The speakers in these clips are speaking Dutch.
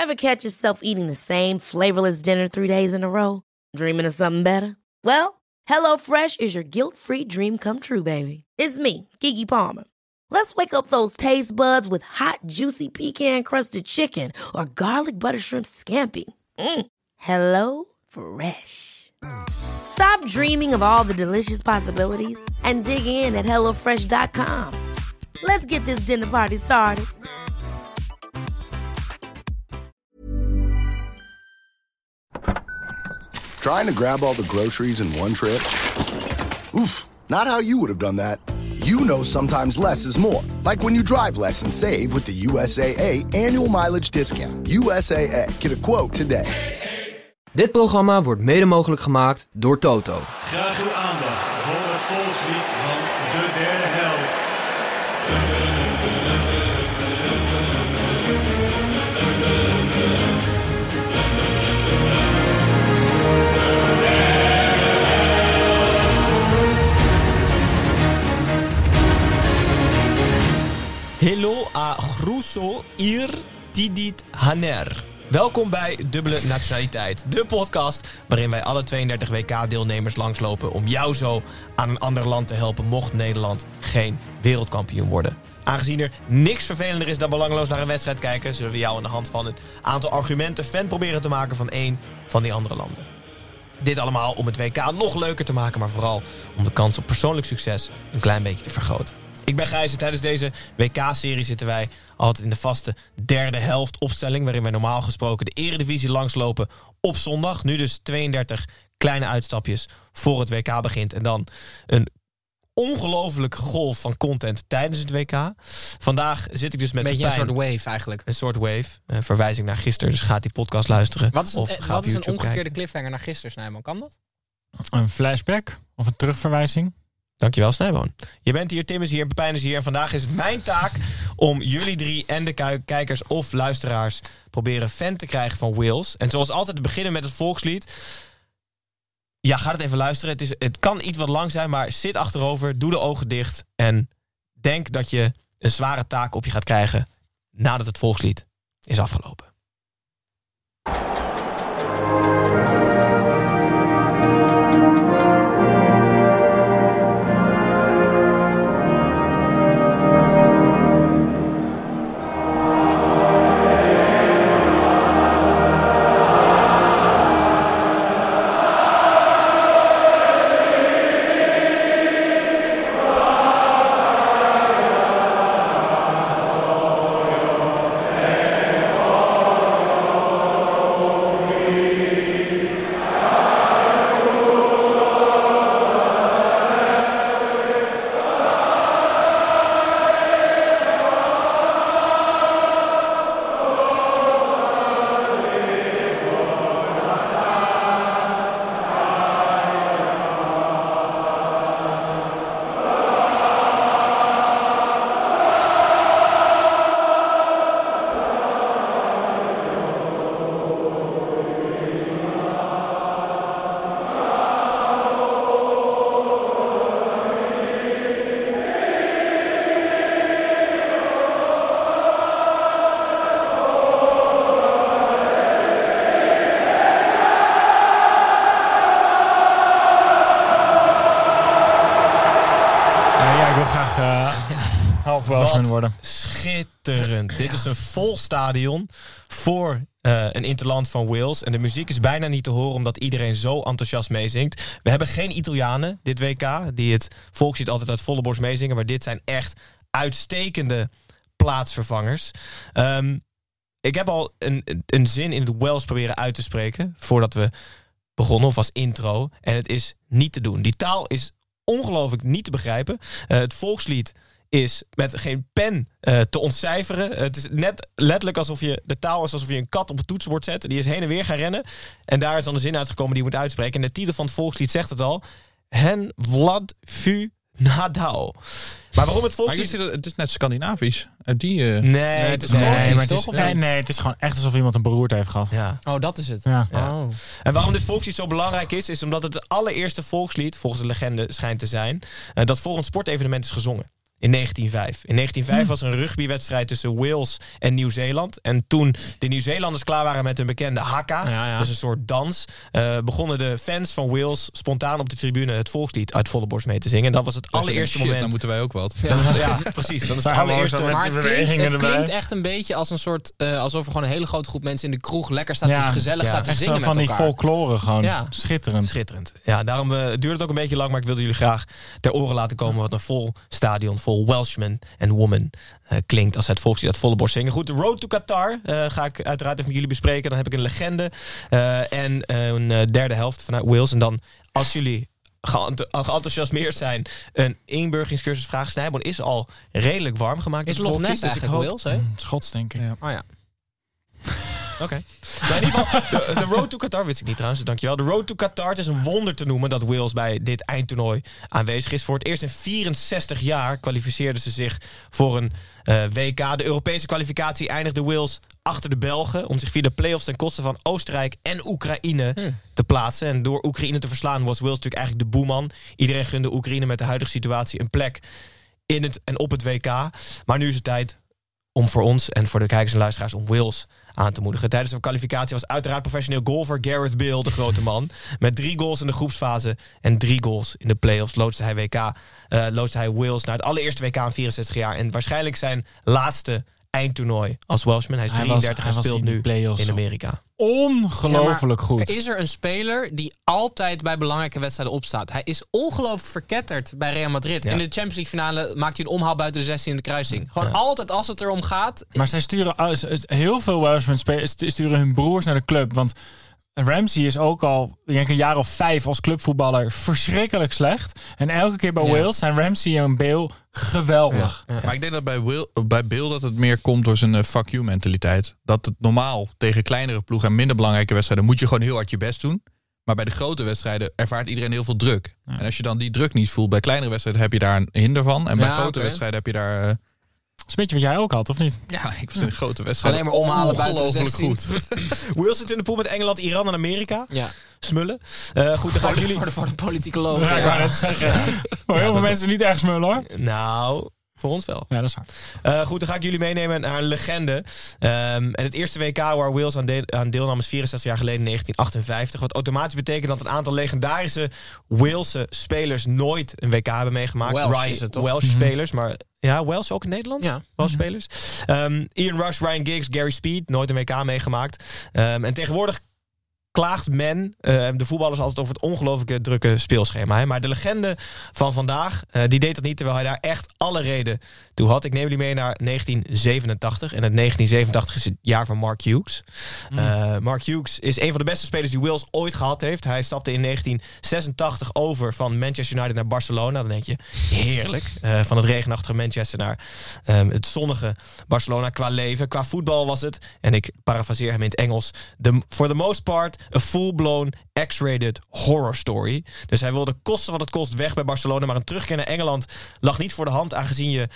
Ever catch yourself eating the same flavorless dinner 3 days in a row? Dreaming of something better? Well, HelloFresh is your guilt-free dream come true, baby. It's me, Keke Palmer. Let's wake up those taste buds with hot, juicy pecan-crusted chicken or garlic butter shrimp scampi. Hello Fresh. Stop dreaming of all the delicious possibilities and dig in at HelloFresh.com. Let's get this dinner party started. Trying to grab all the groceries in one trip? Oof, not how you would have done that. You know sometimes less is more. Like when you drive less and save with the USAA annual mileage discount. USAA. Get a quote today. Dit programma wordt mede mogelijk gemaakt door Toto. Graag uw aandacht voor het volkslied van de derde helft. Hello a Gruso ir Tidit Haner. Welkom bij Dubbele Nationaliteit, de podcast waarin wij alle 32 WK-deelnemers langslopen om jou zo aan een ander land te helpen mocht Nederland geen wereldkampioen worden. Aangezien er niks vervelender is dan belangeloos naar een wedstrijd kijken, zullen we jou aan de hand van een aantal argumenten fan proberen te maken van één van die andere landen. Dit allemaal om het WK nog leuker te maken, maar vooral om de kans op persoonlijk succes een klein beetje te vergroten. Ik ben Gijs en tijdens deze WK-serie zitten wij altijd in de vaste derde helft opstelling, waarin wij normaal gesproken de Eredivisie langslopen op zondag. Nu dus 32 kleine uitstapjes voor het WK begint. En dan een ongelofelijke golf van content tijdens het WK. Vandaag zit ik dus met een soort wave eigenlijk. Een soort wave. Een verwijzing naar gisteren, dus gaat die podcast luisteren. Wat is een omgekeerde kijken. cliffhanger naar gisteren, Snijboon? Kan dat? Een flashback of een terugverwijzing? Dankjewel, Snijboon. Je bent hier, Tim is hier, Pepijn is hier. En vandaag is het mijn taak om jullie drie en de kijkers of luisteraars proberen fan te krijgen van Wales. En zoals altijd te beginnen met het volkslied. Ja, ga het even luisteren. Het kan iets wat lang zijn, maar zit achterover, doe de ogen dicht en denk dat je een zware taak op je gaat krijgen nadat het volkslied is afgelopen. Half Welshman worden. Schitterend. Dit is een vol stadion voor een interland van Wales. En de muziek is bijna niet te horen omdat iedereen zo enthousiast meezingt. We hebben geen Italianen dit WK die het volkslied altijd uit volle borst meezingen. Maar dit zijn echt uitstekende plaatsvervangers. Ik heb al een zin in het Welsh proberen uit te spreken voordat we begonnen, of als intro. En het is niet te doen. Die taal is ongelooflijk niet te begrijpen. Het volkslied is met geen pen te ontcijferen. Het is net letterlijk alsof je de taal is alsof je een kat op het toetsenbord zet. Die is heen en weer gaan rennen. En daar is dan de zin uitgekomen die je moet uitspreken. En de titel van het volkslied zegt het al. Hen Vlad Fu Nadal. Maar waarom het volkslied... Maar het is net Scandinavisch. Nee, het is gewoon toch? Nee, het is gewoon echt alsof iemand een beroerte heeft gehad. Ja. Oh, dat is het. Ja. Oh. En waarom dit volkslied zo belangrijk is omdat het allereerste volkslied, volgens de legende, schijnt te zijn, dat voor een sportevenement is gezongen. in 1905. In 1905 was er een rugbywedstrijd tussen Wales en Nieuw-Zeeland. En toen de Nieuw-Zeelanders klaar waren met hun bekende haka, dus een soort dans, begonnen de fans van Wales spontaan op de tribune het volkslied uit volle borst mee te zingen. En dat was het allereerste moment. Dan moeten wij ook wat. Ja, precies. Dat is het allereerste moment. Maar het klinkt echt een beetje als een soort, alsof er gewoon een hele grote groep mensen in de kroeg lekker staat, gezellig staat te zingen met elkaar. Van die folklore gewoon. Schitterend. Ja, daarom duurde het ook een beetje lang, maar ik wilde jullie graag ter oren laten komen wat een vol stadion vol Welshmen en women klinkt als het volkslied uit volle borst zingen. Goed, de Road to Qatar ga ik uiteraard even met jullie bespreken. Dan heb ik een legende en een derde helft vanuit Wales. En dan, als jullie geenthousiasmeerd zijn, een inburgeringscursus vragen. Snijboon is al redelijk warm gemaakt. Is Loch Ness eigenlijk Wales, hè? Schots, denk ik. Ja. Oh ja. Oké. Nou, in ieder geval, de Road to Qatar wist ik niet trouwens, dus dankjewel. De Road to Qatar, het is een wonder te noemen dat Wales bij dit eindtoernooi aanwezig is. Voor het eerst in 64 jaar kwalificeerden ze zich voor een WK. De Europese kwalificatie eindigde Wales achter de Belgen om zich via de play-offs ten koste van Oostenrijk en Oekraïne te plaatsen. En door Oekraïne te verslaan was Wales natuurlijk eigenlijk de boeman. Iedereen gunde Oekraïne met de huidige situatie een plek in het en op het WK. Maar nu is het tijd om voor ons en voor de kijkers en luisteraars om Wales aan te moedigen. Tijdens de kwalificatie was uiteraard professioneel golfer Gareth Bale de grote man. Met 3 goals in de groepsfase en 3 goals in de play-offs loodste hij Wales naar het allereerste WK in 64 jaar. En waarschijnlijk zijn laatste eindtoernooi als Welshman. Hij is 33 en speelt nu in Amerika. Ongelooflijk goed. Is er een speler die altijd bij belangrijke wedstrijden opstaat? Hij is ongelooflijk verketterd bij Real Madrid. Ja. In de Champions League finale maakt hij een omhaal buiten de 16 in de kruising. Gewoon altijd als het erom gaat. Maar zij sturen heel veel Welshman spelers sturen hun broers naar de club. Want Ramsey is ook al een jaar of 5 als clubvoetballer verschrikkelijk slecht. En elke keer bij Wales zijn Ramsey en Bale geweldig. Ja. Maar ik denk dat bij Bale dat het meer komt door zijn fuck you mentaliteit. Dat het normaal tegen kleinere ploegen en minder belangrijke wedstrijden moet je gewoon heel hard je best doen. Maar bij de grote wedstrijden ervaart iedereen heel veel druk. Ja. En als je dan die druk niet voelt bij kleinere wedstrijden heb je daar een hinder van. En bij grote wedstrijden heb je daar Dat is een beetje wat jij ook had, of niet? Ja, ik vind een grote wedstrijd. Alleen maar omhalen buiten de 16. Goed. Wales zit in de pool met Engeland, Iran en Amerika. Ja. Smullen. Goed, dan gaan jullie voor de politicologen. Ja, ik wou net zeggen. Voor heel veel mensen niet erg smullen, hoor. Nou, voor ons wel. Ja, dat is waar. Goed, dan ga ik jullie meenemen naar een legende. En het eerste WK waar Wales aan deelnam is 64 jaar geleden, 1958. Wat automatisch betekent dat een aantal legendarische Walese spelers nooit een WK hebben meegemaakt. Welsh spelers, maar ja, Welsh ook in Nederland. Ja. Welsh spelers. Ian Rush, Ryan Giggs, Gary Speed, nooit een WK meegemaakt. En tegenwoordig klaagt men, de voetballers, altijd over het ongelooflijke drukke speelschema. Hè? Maar de legende van vandaag, die deed dat niet, terwijl hij daar echt alle reden toe had. Ik neem jullie mee naar 1987. En het 1987 is het jaar van Mark Hughes. Mark Hughes is een van de beste spelers die Wales ooit gehad heeft. Hij stapte in 1986 over van Manchester United naar Barcelona. Dan denk je, heerlijk. Van het regenachtige Manchester naar het zonnige Barcelona. Qua leven, qua voetbal was het, en ik parafraseer hem in het Engels, for the most part a full-blown X-rated horror story. Dus hij wilde kosten wat het kost weg bij Barcelona. Maar een terugkeer naar Engeland lag niet voor de hand, aangezien je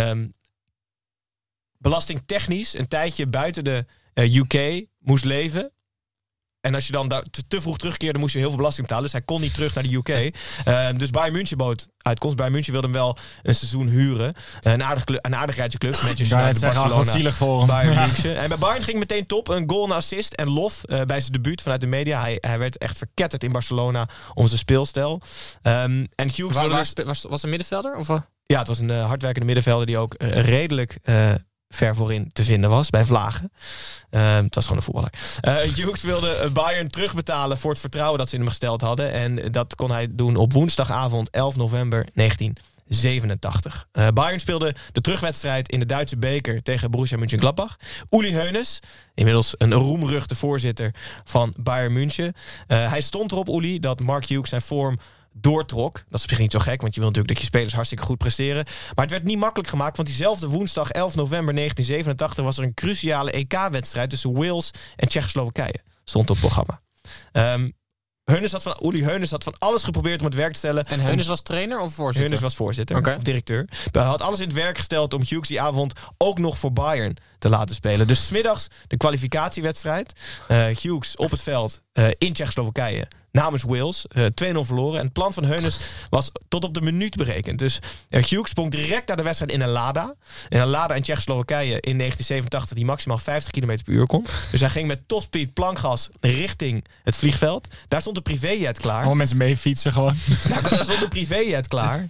belastingtechnisch een tijdje buiten de UK moest leven. En als je dan te vroeg terugkeerde, moest je heel veel belasting betalen. Dus hij kon niet terug naar de UK. Dus Bayern München bood uitkomst. Bayern München wilde hem wel een seizoen huren. Een aardig rijtje clubs. Manchester United, Barcelona, zielig voor hem. Bayern München. En bij Bayern ging meteen top. Een goal, een assist en lof bij zijn debuut vanuit de media. Hij werd echt verketterd in Barcelona om zijn speelstijl. En Hughes was een middenvelder? Of? Ja, het was een hardwerkende middenvelder die ook redelijk ver voorin te vinden was bij Vlagen. Het was gewoon een voetballer. Hughes wilde Bayern terugbetalen voor het vertrouwen dat ze in hem gesteld hadden. En dat kon hij doen op woensdagavond 11 november 1987. Bayern speelde de terugwedstrijd in de Duitse beker tegen Borussia Mönchengladbach. Uli Hoeneß, inmiddels een roemruchte voorzitter van Bayern München. Hij stond erop, Uli, dat Mark Hughes zijn vorm doortrok. Dat is misschien niet zo gek, want je wil natuurlijk dat je spelers hartstikke goed presteren. Maar het werd niet makkelijk gemaakt, want diezelfde woensdag 11 november 1987 was er een cruciale EK-wedstrijd tussen Wales en Tsjechoslowakije. Stond op het programma. Uli Hoeneß had van alles geprobeerd om het werk te stellen. En Hoeneß was trainer of voorzitter? Hoeneß was voorzitter of directeur. Hij had alles in het werk gesteld om Hughes die avond ook nog voor Bayern te laten spelen. Dus 's middags de kwalificatiewedstrijd. Hughes op het veld in Tsjechoslowakije namens Wales. 2-0 verloren. En het plan van Heunes was tot op de minuut berekend. Dus Hughes sprong direct naar de wedstrijd in een Lada. In een Lada in Tsjechoslowakije in 1987 die maximaal 50 km per uur kon. Dus hij ging met topspeed plankgas richting het vliegveld. Daar stond de privéjet klaar. Allemaal mensen mee fietsen gewoon. Daar stond de privéjet klaar.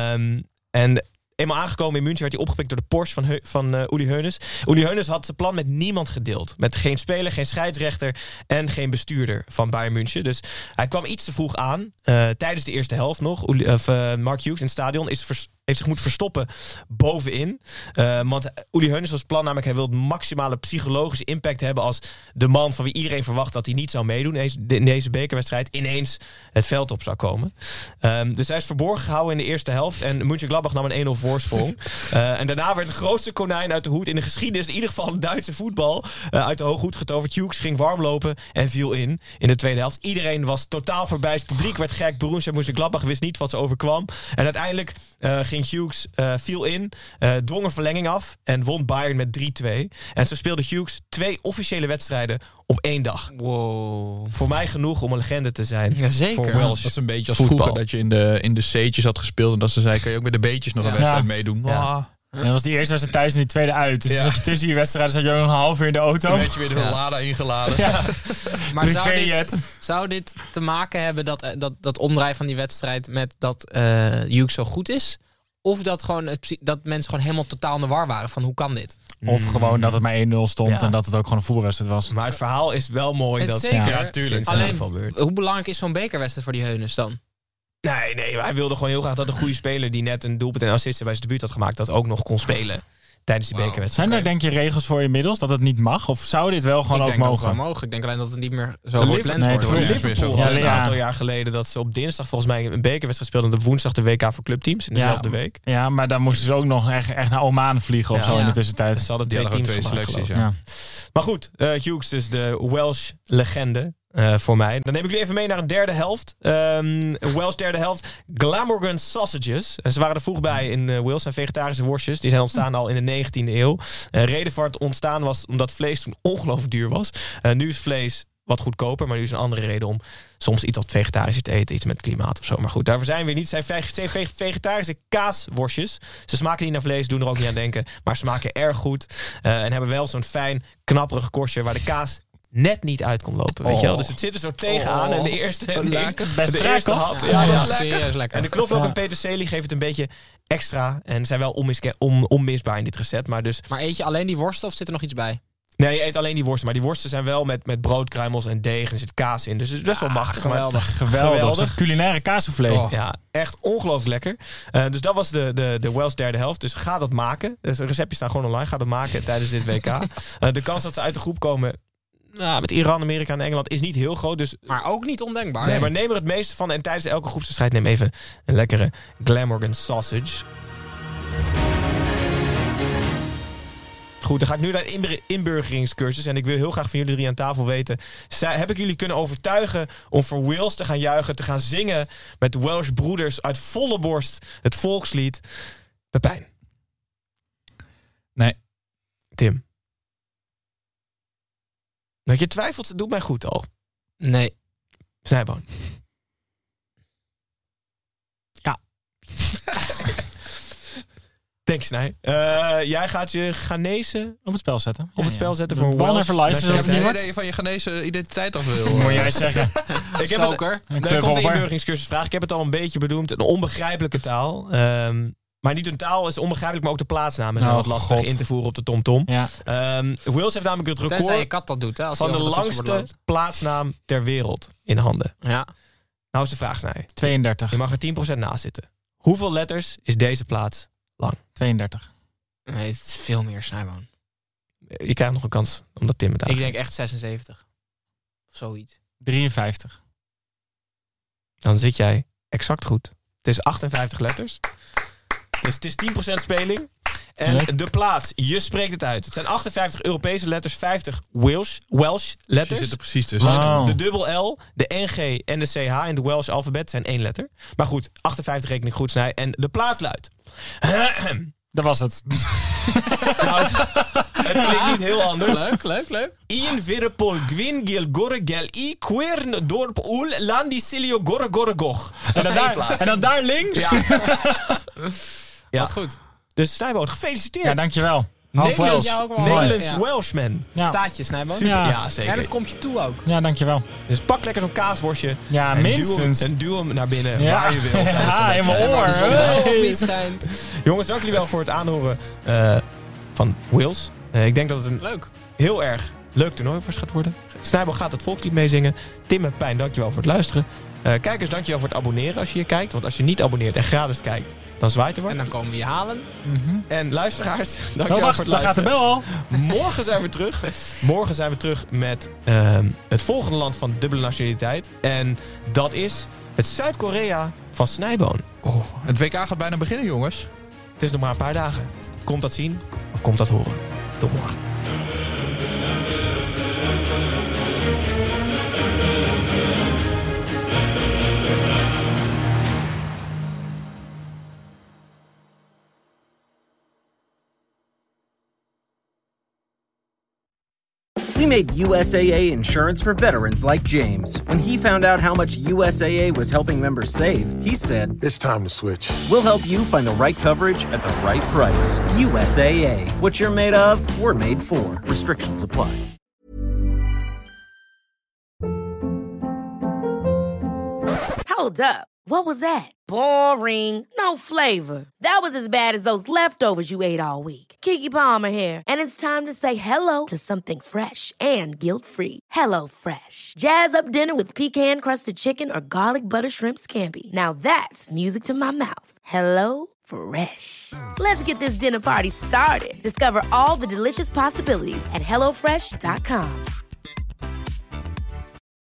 En eenmaal aangekomen in München werd hij opgepikt door de Porsche van Uli Hoeneß. Uli Hoeneß had zijn plan met niemand gedeeld. Met geen speler, geen scheidsrechter en geen bestuurder van Bayern München. Dus hij kwam iets te vroeg aan. Tijdens de eerste helft nog. Mark Hughes in het stadion heeft zich moeten verstoppen bovenin. Want Uli Hoeneß was plan namelijk, hij wilde maximale psychologische impact hebben als de man van wie iedereen verwacht dat hij niet zou meedoen in deze bekerwedstrijd ineens het veld op zou komen. Dus hij is verborgen gehouden in de eerste helft en Mönchengladbach nam een 1-0 voorsprong. En daarna werd het grootste konijn uit de hoed in de geschiedenis, in ieder geval het Duitse voetbal, uit de hooghoed getoverd. Hughes ging warm lopen en viel in de tweede helft. Iedereen was totaal voorbij. Het publiek werd gek. Borussia Mönchengladbach wist niet wat ze overkwam. En uiteindelijk ging Hughes viel in, dwong een verlenging af en won Bayern met 3-2. En zo speelde Hughes 2 officiële wedstrijden op 1 dag. Wow. Voor mij genoeg om een legende te zijn. Ja, zeker. Voor Welsh. Dat is een beetje als voetbal. vroeger dat je in de C'tjes had gespeeld en dat ze zei, kan je ook met de B'tjes nog een wedstrijd meedoen? Ja. En dat was de eerste wedstrijd thuis en die tweede uit. Dus tussen die wedstrijden zat je ook nog een half uur in de auto. Dan werd je weer de Lada ingeladen. Ja. Maar Privéjet. zou dit te maken hebben dat omdraaien van die wedstrijd met dat Hughes zo goed is? Of dat mensen gewoon helemaal totaal in de war waren van hoe kan dit? Of gewoon dat het maar 1-0 stond Ja. en dat het ook gewoon een voetbalwedstrijd was. Maar het verhaal is wel mooi. Het Dat zeker. Ja, tuurlijk. Alleen, gebeurt. hoe belangrijk is zo'n bekerwedstrijd voor die Hoeneß dan? Nee, hij wilde gewoon heel graag dat een goede speler die net een doelpunt en assist bij zijn debuut had gemaakt, dat ook nog kon spelen tijdens die bekerwedstrijd. Zijn er denk je regels voor inmiddels dat het niet mag? Of zou dit wel gewoon Ik ook denk dat het mogen? wel mogelijk. Ik denk alleen dat het niet meer zo De gepland nee, wordt. het wordt Liverpool Ja, had een ja. aantal jaar geleden dat ze op dinsdag volgens mij een bekerwedstrijd speelden en op woensdag de WK voor clubteams in dezelfde week. Ja, maar dan moesten ze ook nog echt naar Oman vliegen of Ja. zo in de Ja. tussentijd. Ze hadden Die 2 hadden teams gewoon 2 gemaakt, selecties, geloof ik. Ja. Maar goed, Hughes dus de Welsh legende voor mij. Dan neem ik jullie even mee naar een derde helft. Een Welsh derde helft. Glamorgan sausages. En ze waren er vroeg bij in Wales. Zijn vegetarische worstjes. Die zijn ontstaan al in de 19e eeuw. Reden voor het ontstaan was omdat vlees toen ongelooflijk duur was. Nu is vlees wat goedkoper, maar nu is een andere reden om soms iets wat vegetarisch te eten. Iets met klimaat of zo. Maar goed, daarvoor zijn we niet. Het zijn vegetarische kaasworstjes. Ze smaken niet naar vlees, doen er ook niet aan denken. Maar smaken erg goed. En hebben wel zo'n fijn, knapperig korstje waar de kaas net niet uit kon lopen. Weet je wel? Dus het zit er zo tegenaan. En de eerste hap. Ja, serieus lekker. En de knoflook en peterselie geven het een beetje extra. En zijn wel onmisbaar in dit recept. Maar eet je alleen die worsten of zit er nog iets bij? nee, je eet alleen die worsten. Maar die worsten zijn wel met broodkruimels en deeg. En er zit kaas in. Dus het is best wel machtig. Geweldig. Zo'n culinaire kaassoufflé. Oh. Ja, echt ongelooflijk lekker. Dus dat was de Welsh derde helft. Dus ga dat maken. Dus de receptjes staan gewoon online. Ga dat maken tijdens dit WK. De kans dat ze uit de groep komen met Iran, Amerika en Engeland is niet heel groot. Dus Maar ook niet ondenkbaar. nee, maar neem er het meeste van. En tijdens elke groepswedstrijd neem even een lekkere Glamorgan sausage. Goed, dan ga ik nu naar de inburgeringscursus. En ik wil heel graag van jullie 3 aan tafel weten. Heb ik jullie kunnen overtuigen om voor Wales te gaan juichen, te gaan zingen met de Welsh broeders uit volle borst het volkslied? Pepijn. Nee. Tim. Dat je twijfelt, doet mij goed al. Nee. Snijboon. Ja. Denk Snij. Jij gaat je Ghanese Op het spel zetten. op het spel zetten voor Bal Welsh. never lies, zoals het niet Nee, wordt. dat je van je Ghanese identiteit af wil. Moet jij zeggen. Ik heb Stoker. Een Daar komt de clubhopper. inburgeringscursus vraag. Ik heb het al een beetje benoemd. Een onbegrijpelijke taal. Maar niet een taal is onbegrijpelijk, maar ook de plaatsnamen zijn Oh, wat lastig God. in te voeren op de TomTom. Ja. Wales heeft namelijk het Tenzij je record kat dat doet, hè? Als van hij de over toetsenbord langste loopt. plaatsnaam ter wereld in handen. Ja. Nou is de vraag, Snij. 32. Je mag er 10% naast zitten. Hoeveel letters is deze plaats lang? 32. Nee, het is veel meer Snijboon. Je krijgt nog een kans omdat Tim het Ik aangeeft. denk echt 76. Of zoiets. 53. Dan zit jij exact goed. Het is 58 letters. Dus het is 10% speling. En Leuk. de plaats, je spreekt het uit. Het zijn 58 Europese letters, 50 Welsh Je letters. zit er precies tussen. Wow. De dubbel L, de NG en de CH in de Welsh alfabet zijn 1 letter. Maar goed, 58 reken ik goed, Snij. En de plaats luidt. Dat was het. Nou, het klinkt niet heel anders. Leuk. Ian Virpol Gwyn Gil Gorregel I Quern Dorp Oel Landi Silio Gorregorregoch. En dan daar links. Ja. Wat goed. Dus Snijboon, gefeliciteerd. Ja, dankjewel. Half Nederlands, Wales. jou ook wel. Nederlands Ja. Welshman. Ja. Staatjes, Snijboon. Super. Ja. Ja, zeker. En dat komt je toe ook. Ja, dankjewel. Dus pak lekker zo'n kaasworstje. Ja, en minstens. Duw hem naar binnen Ja. waar je wilt. Ja, in mijn En waar de zon wel of oor. niet schijnt. Jongens, dank jullie wel voor het aanhoren van Wales. Ik denk dat het een Leuk. heel erg leuk toernooi voor gaat worden. Snijboon gaat het volkslied meezingen. Tim en Pijn, dankjewel voor het luisteren. Kijkers, dankjewel voor het abonneren als je hier kijkt. Want als je niet abonneert en gratis kijkt, dan zwaait er wat. En dan komen we je halen. En luisteraars, dankjewel Oh, voor wacht, het daar gaat de luisteren. bel al. Morgen zijn we terug. Morgen zijn we terug met het volgende land van dubbele nationaliteit. En dat is het Zuid-Korea van Snijboon. Oh, het WK gaat bijna beginnen, jongens. Het is nog maar een paar dagen. Komt dat zien of komt dat horen? Tot morgen. We made USAA insurance for veterans like James. When he found out how much USAA was helping members save, he said, It's time to switch. we'll help you find the right coverage at the right price. USAA. What you're made of, we're made for. Restrictions apply. Hold up. What was that? Boring. No flavor. That was as bad as those leftovers you ate all week. Keke Palmer here, and it's time to say hello to something fresh and guilt-free. Hello Fresh. Jazz up dinner with pecan-crusted chicken or garlic butter shrimp scampi. Now that's music to my mouth. Hello Fresh. Let's get this dinner party started. Discover all the delicious possibilities at hellofresh.com.